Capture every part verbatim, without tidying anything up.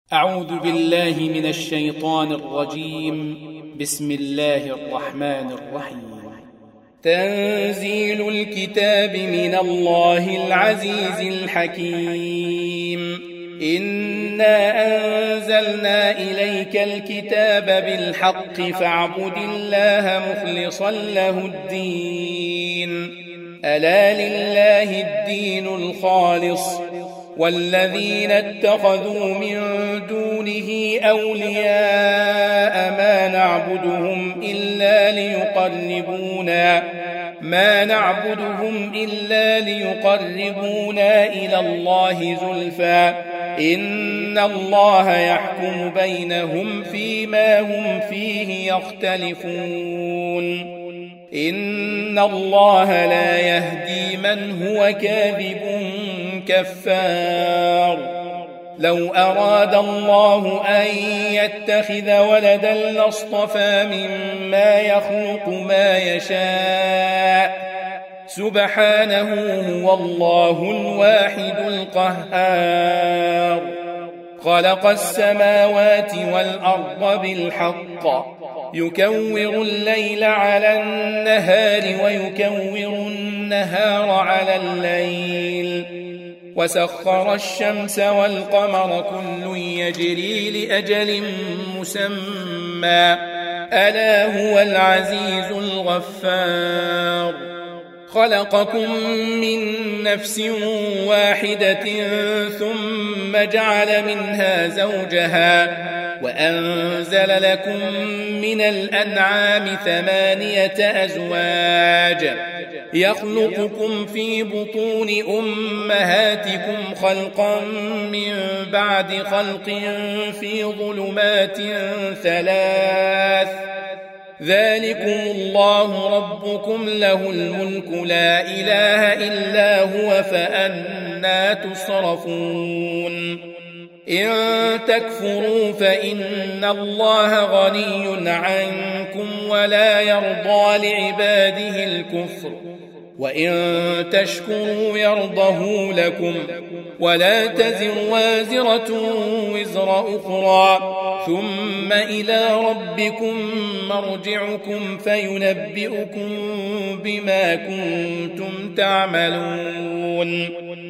أعوذ بالله من الشيطان الرجيم. بسم الله الرحمن الرحيم. تنزيل الكتاب من الله العزيز الحكيم. إنا أنزلنا إليك الكتاب بالحق فاعبد الله مخلصا له الدين. ألا لله الدين الخالص والذين اتخذوا من دونه أولياء ما نعبدهم إلا ليقربونا ما نعبدهم إلا ليقربونا إلى الله زلفى إن الله يحكم بينهم فيما هم فيه يختلفون. إن الله لا يهدي من هو كاذب كفار. لو أراد الله أن يتخذ ولدا لاصطفى مما يخلق ما يشاء سبحانه هو الله الواحد القهار. خلق السماوات والأرض بالحق يكور الليل على النهار ويكور النهار على الليل وسخر الشمس والقمر كل يجري لأجل مسمى ألا هو العزيز الغفار. خلقكم من نفس واحدة ثم جعل منها زوجها وأنزل لكم من الأنعام ثمانية أزواج يخلقكم في بطون أمهاتكم خلقا من بعد خلق في ظلمات ثلاث ذلكم الله ربكم له الملك لا إله إلا هو فأنى تصرفون. إن تكفروا فإن الله غني عنكم ولا يرضى لعباده الكفر وإن تشكروا يرضه لكم ولا تزر وازرة وزر أخرى ثم إلى ربكم مرجعكم فينبئكم بما كنتم تعملون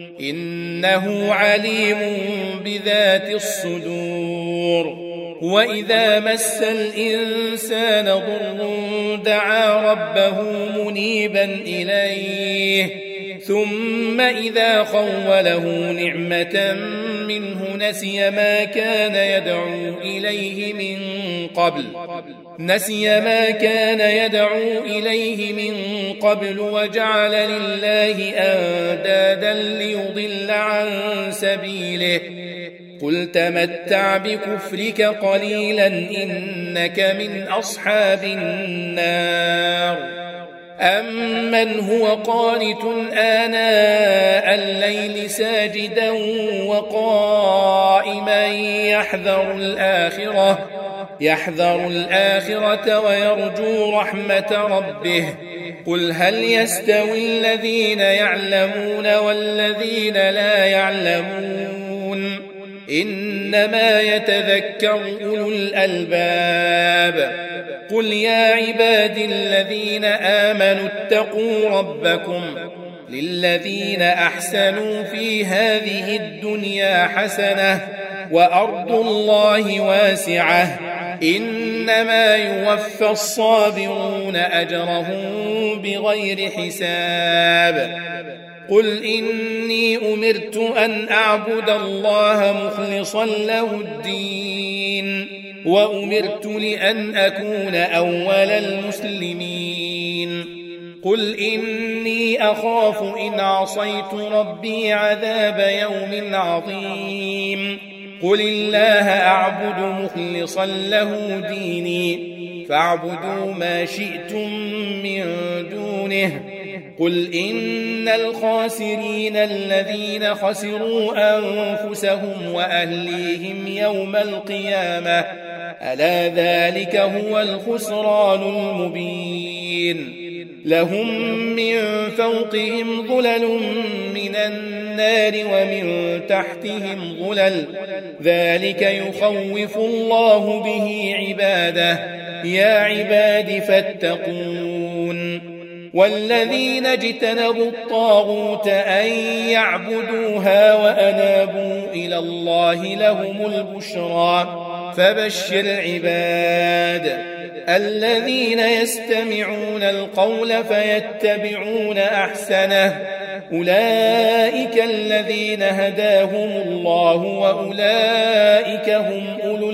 إنه عليم بذات الصدور. وإذا مس الإنسان ضر دعا ربه منيبا إليه ثم إذا خوله نعمة منه نسي ما كان يدعو إليه من قبل نسي ما كان يدعو إليه من قبل وجعل لله أندادا ليضل عن سبيله قل تمتع بكفرك قليلا إنك من أصحاب النار. أمن هو قانت آناء الليل ساجدا وقائما يحذر الآخرة يحذر الآخرة ويرجو رحمة ربه قل هل يستوي الذين يعلمون والذين لا يعلمون إنما يتذكر أولو الألباب. قل يا عبادي الذين آمنوا اتقوا ربكم للذين أحسنوا في هذه الدنيا حسنة وأرض الله واسعة إنما يوفى الصابرون أجرهم بغير حساب. قل إني أمرت أن أعبد الله مخلصا له الدين وأمرت لأن أكون أول المسلمين. قل إني أخاف إن عصيت ربي عذاب يوم عظيم. قل الله أعبد مخلصا له ديني فاعبدوا ما شئتم من دونه. قل إن الخاسرين الذين خسروا أنفسهم وأهليهم يوم القيامة ألا ذلك هو الخسران المبين. لهم من فوقهم ظلل من النار ومن تحتهم ظلل ذلك يخوف الله به عباده يا عباد فاتقون والذين اجتنبوا الطاغوت أن يعبدوها وأنابوا إلى الله لهم البشرى فبشر عباد الذين يستمعون القول فيتبعون أحسنه أولئك الذين هداهم الله وأولئك هم أولو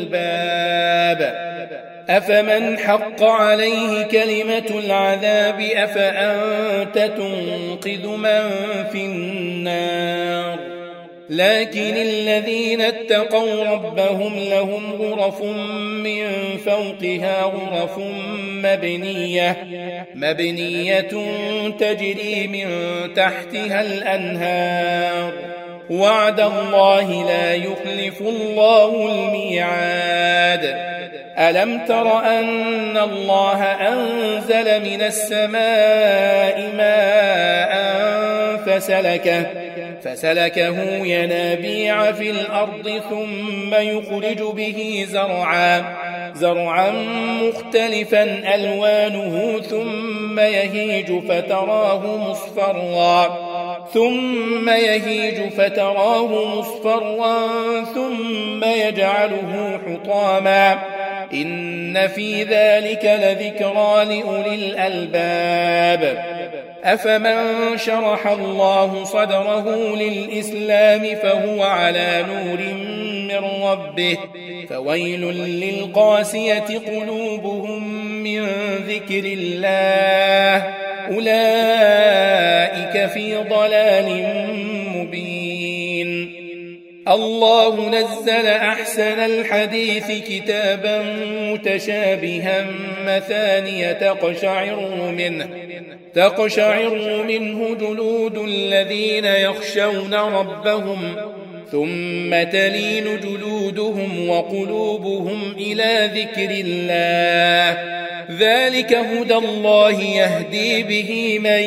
الألباب أفمن حق عليه كلمة العذاب أفأنت تنقذ من في النار لكن الذين اتقوا ربهم لهم غرف من فوقها غرف مبنية مبنية تجري من تحتها الأنهار وعد الله لا يخلف الله الميعاد ألم تر أن الله أنزل من السماء ماء فسلكه فسلكه ينابيع في الأرض ثم يخرج به زرعا زرعا مختلفا ألوانه ثم يهيج فتراه مصفرا ثم يهيج فتراه مصفرا ثم يجعله حطاما إن في ذلك لذكرى لأولي الألباب أفمن شرح الله صدره للإسلام فهو على نور من ربه فويل للقاسية قلوبهم من ذكر الله أولئك في ضلال مبين الله نزل أحسن الحديث كتابا متشابها مثانية تقشعر منه تقشعر منه جلود الذين يخشون ربهم ثم تلين جلودهم وقلوبهم إلى ذكر الله ذلك هدى الله يهدي به من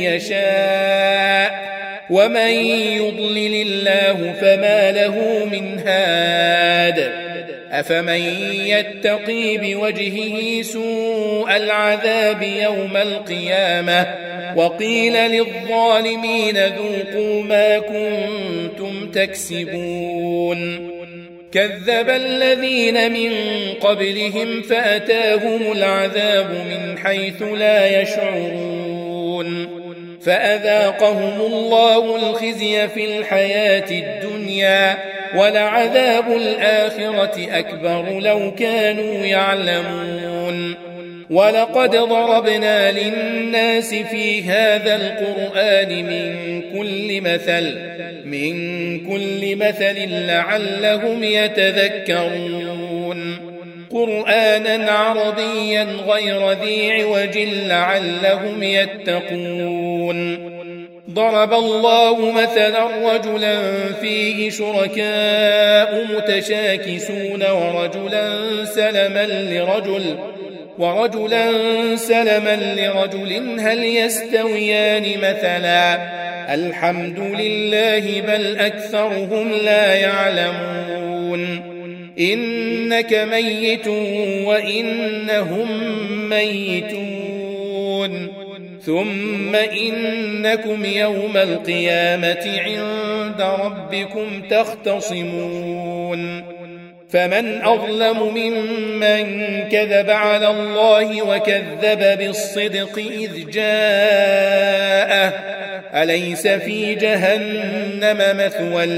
يشاء ومن يضلل الله فما له من هاد أفمن يتقي بوجهه سوء العذاب يوم القيامة وقيل للظالمين ذوقوا ما كنتم تكسبون كذب الذين من قبلهم فأتاهم العذاب من حيث لا يشعرون فأذاقهم الله الخزي في الحياة الدنيا ولعذاب الآخرة أكبر لو كانوا يعلمون ولقد ضربنا للناس في هذا القرآن من كل مثل من كل مثل لعلهم يتذكرون قرآنا عربيا غير ذي عوج لعلهم يتقون ضرب الله مثلا رجلا فيه شركاء متشاكسون ورجلا سلما لرجل ورجلا سلما لرجل هل يستويان مثلا الحمد لله بل أكثرهم لا يعلمون إنك ميت وإنهم ميتون ثم إنكم يوم القيامة عند ربكم تختصمون فمن أظلم ممن كذب على الله وكذب بالصدق إذ جاءه أليس في جهنم مثوى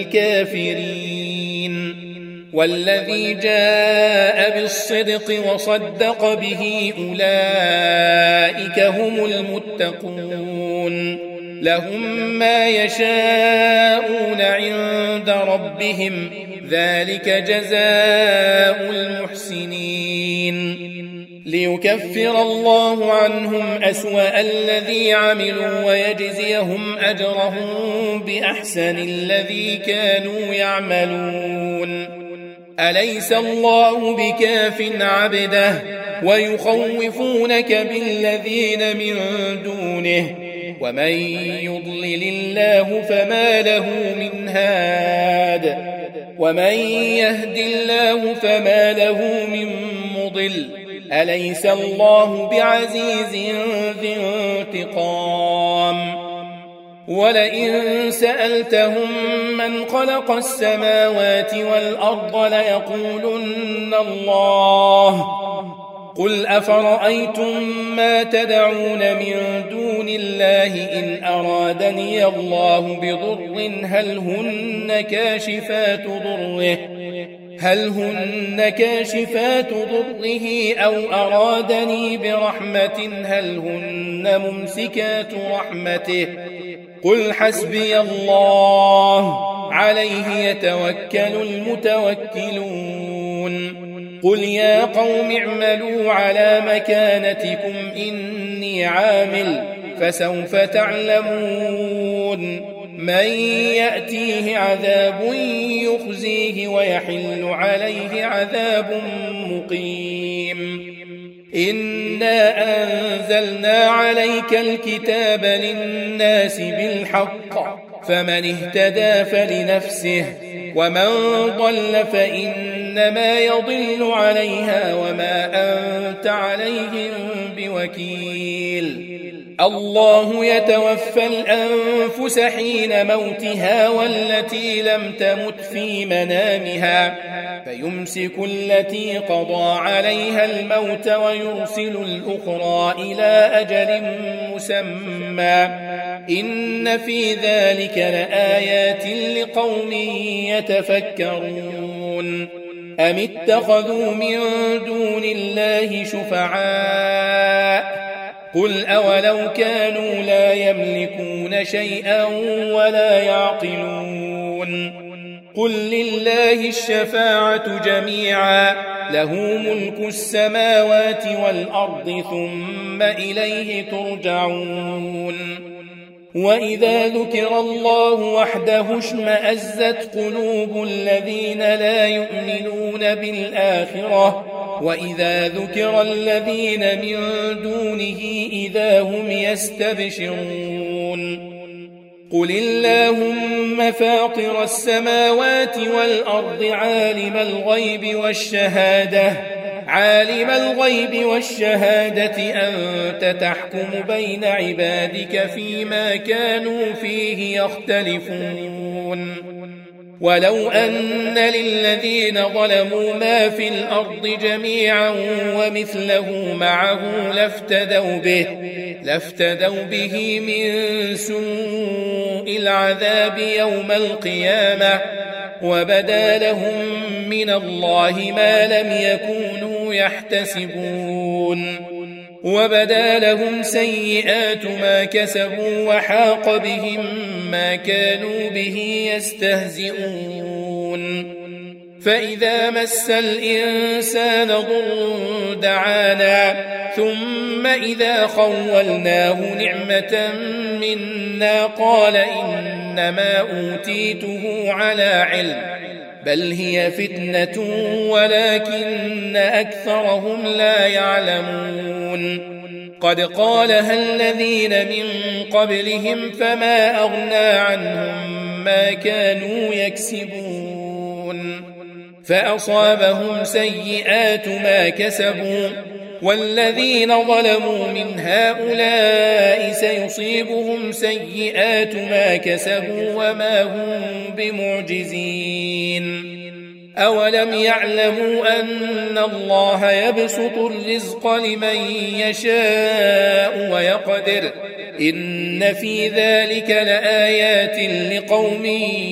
للكافرين والذي جاء بالصدق وصدق به أولئك هم المتقون لهم ما يشاءون عند ربهم ذلك جزاء المحسنين ليكفر الله عنهم أسوأ الذي عملوا ويجزيهم أجرهم بأحسن الذي كانوا يعملون أليس الله بكاف عبده ويخوفونك بالذين من دونه ومن يضلل الله فما له من هاد ومن يهد الله فما له من مضل أليس الله بعزيز ذي انتقام ولئن سألتهم من خلق السماوات والأرض ليقولن الله قل أفرأيتم ما تدعون من دون الله إن أرادني الله بضر هل هن كاشفات ضره هل هن كاشفات ضره أو أرادني برحمة هل هن ممسكات رحمته قل حسبي الله عليه يتوكل المتوكلون قل يا قوم اعملوا على مكانتكم إني عامل فسوف تعلمون من يأتيه عذاب يخزيه ويحل عليه عذاب مقيم إنا أنزلنا عليك الكتاب للناس بالحق فمن اهتدى فلنفسه ومن ضل فإنما يضل عليها وما أنت عليهم بوكيل الله يتوفى الأنفس حين موتها والتي لم تمت في منامها فيمسك التي قضى عليها الموت ويرسل الأخرى إلى أجل مسمى إن في ذلك لآيات لقوم يتفكرون أم اتخذوا من دون الله شفعاء قل أولو كانوا لا يملكون شيئا ولا يعقلون قل لله الشفاعة جميعا له ملك السماوات والأرض ثم إليه ترجعون وإذا ذكر الله وحده اشمأزت قلوب الذين لا يؤمنون بالآخرة وإذا ذكر الذين من دونه إذا هم يستبشرون قل اللهم فاطر السماوات والأرض عالم الغيب والشهادة عالم الغيب والشهادة أنت تحكم بين عبادك فيما كانوا فيه يختلفون ولو أن للذين ظلموا ما في الأرض جميعا ومثله معه لافتدوا به لافتدوا به من سوء العذاب يوم القيامة وبدا لهم من الله ما لم يكونوا يحتسبون وبدا لهم سيئات ما كسبوا وحاق بهم ما كانوا به يستهزئون فإذا مس الإنسان ضر دعانا ثم إذا خولناه نعمة منا قال إنما أوتيته على علم بل هي فتنة ولكن أكثرهم لا يعلمون قد قالها الذين من قبلهم فما أغنى عنهم ما كانوا يكسبون فأصابهم سيئات ما كسبوا والذين ظلموا من هؤلاء سيصيبهم سيئات ما كسبوا وما هم بمعجزين أولم يعلموا أن الله يبسط الرزق لمن يشاء ويقدر إن في ذلك لآيات لقوم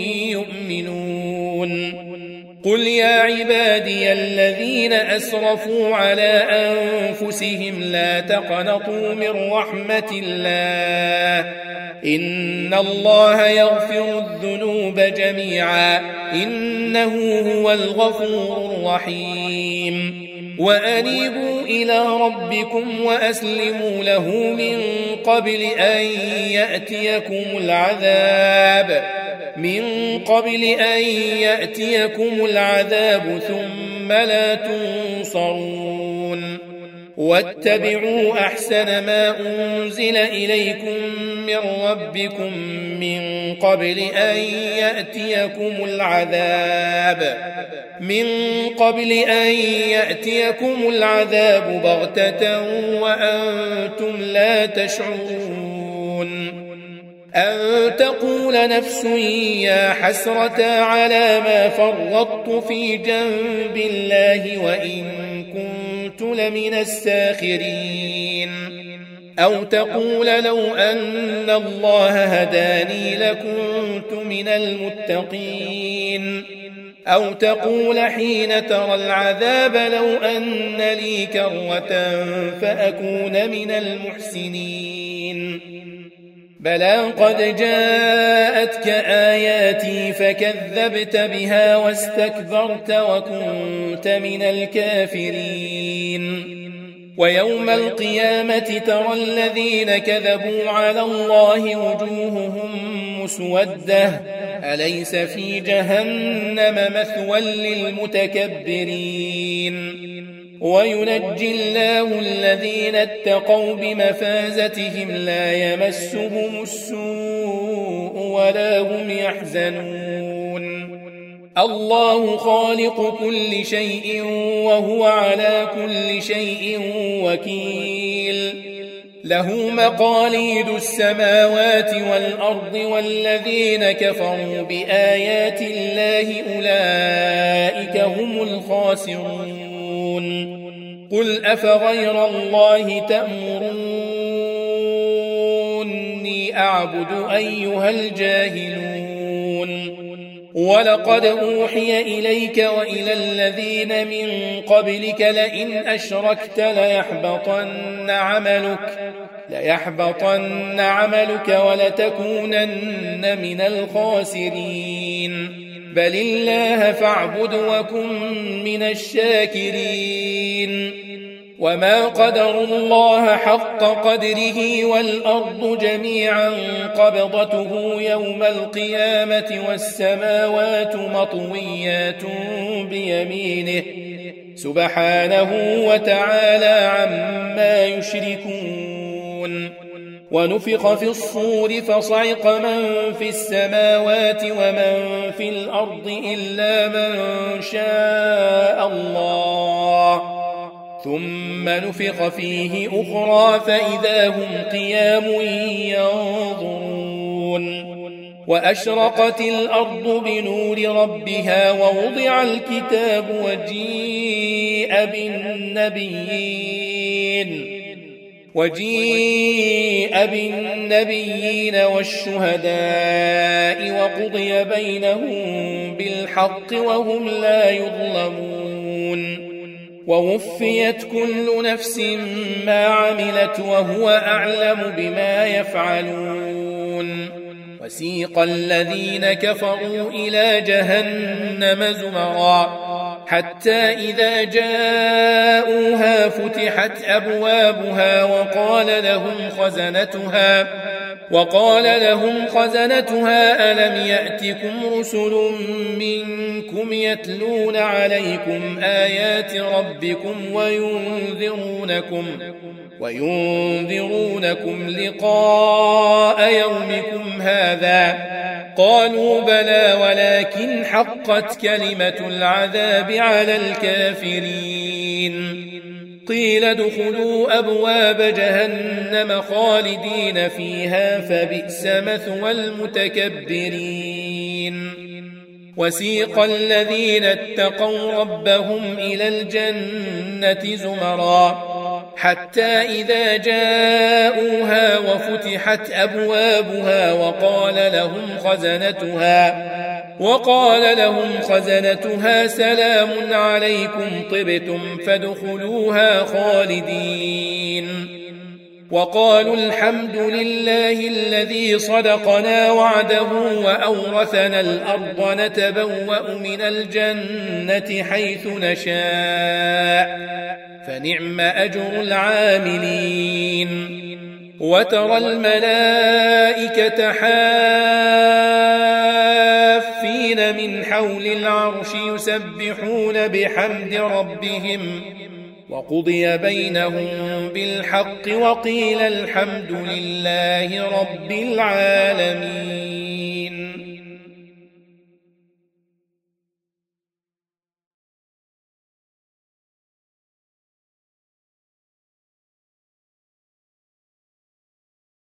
يؤمنون قل يا عبادي الذين أسرفوا على أنفسهم لا تقنطوا من رحمة الله إن الله يغفر الذنوب جميعا إنه هو الغفور الرحيم وأنيبوا إلى ربكم وأسلموا له من قبل أن يأتيكم العذاب من قبل أن يأتيكم العذاب ثم لا تنصرون واتبعوا أحسن ما أنزل إليكم من ربكم من قبل أن يأتيكم العذاب من قبل أن يأتيكم العذاب بغتة وأنتم لا تشعرون أن تقول نفس يا حسرة على ما فرطت في جنب الله وإن كنت لمن الساخرين أو تقول لو أن الله هداني لكنت من المتقين أو تقول حين ترى العذاب لو أن لي كرة فأكون من المحسنين بلى قد جاءتك آياتي فكذبت بها واستكبرت وكنت من الكافرين ويوم القيامة ترى الذين كذبوا على الله وجوههم مسودة أليس في جهنم مثوى للمتكبرين وينجي الله الذين اتقوا بمفازتهم لا يمسهم السوء ولا هم يحزنون الله خالق كل شيء وهو على كل شيء وكيل له مقاليد السماوات والأرض والذين كفروا بآيات الله أولئك هم الخاسرون قل أفغير الله تأمروني أعبد أيها الجاهلون ولقد أوحي إليك وإلى الذين من قبلك لئن أشركت ليحبطن عملك ليحبطن عملك ولتكونن من الخاسرين بل الله فاعبد وكن من الشاكرين وما قدروا الله حق قدره والأرض جميعا قبضته يوم القيامة والسماوات مطويات بيمينه سبحانه وتعالى عما يشركون ونفخ في الصور فصعق من في السماوات ومن في الأرض إلا من شاء الله ثم نفخ فيه أخرى فإذا هم قيام ينظرون وأشرقت الأرض بنور ربها ووضع الكتاب وجيء بالنبيين وجيء بالنبيين والشهداء وقضي بينهم بالحق وهم لا يظلمون ووفيت كل نفس ما عملت وهو أعلم بما يفعلون وسيق الذين كفروا إلى جهنم زمرا حتى إذا جاءوها فتحت أبوابها وقال لهم خزنتها وقال لهم خزنتها ألم يأتكم رسل منكم يتلون عليكم آيات ربكم وينذرونكم وينذرونكم لقاء يومكم هذا قالوا بلى ولكن حقت كلمة العذاب على الكافرين قيل ادخلوا أبواب جهنم خالدين فيها فبئس مثوى المتكبرين وسيق الذين اتقوا ربهم إلى الجنة زمرا حتى إذا جاءوها وفتحت أبوابها وقال لهم خزنتها وقال لهم خزنتها سلام عليكم طبتم فادخلوها خالدين وقالوا الحمد لله الذي صدقنا وعده وأورثنا الأرض نتبوأ من الجنة حيث نشاء فنعم أجر العاملين وترى الملائكة حافين من حول العرش يسبحون بحمد ربهم وقضي بينهم بالحق وقيل الحمد لله رب العالمين.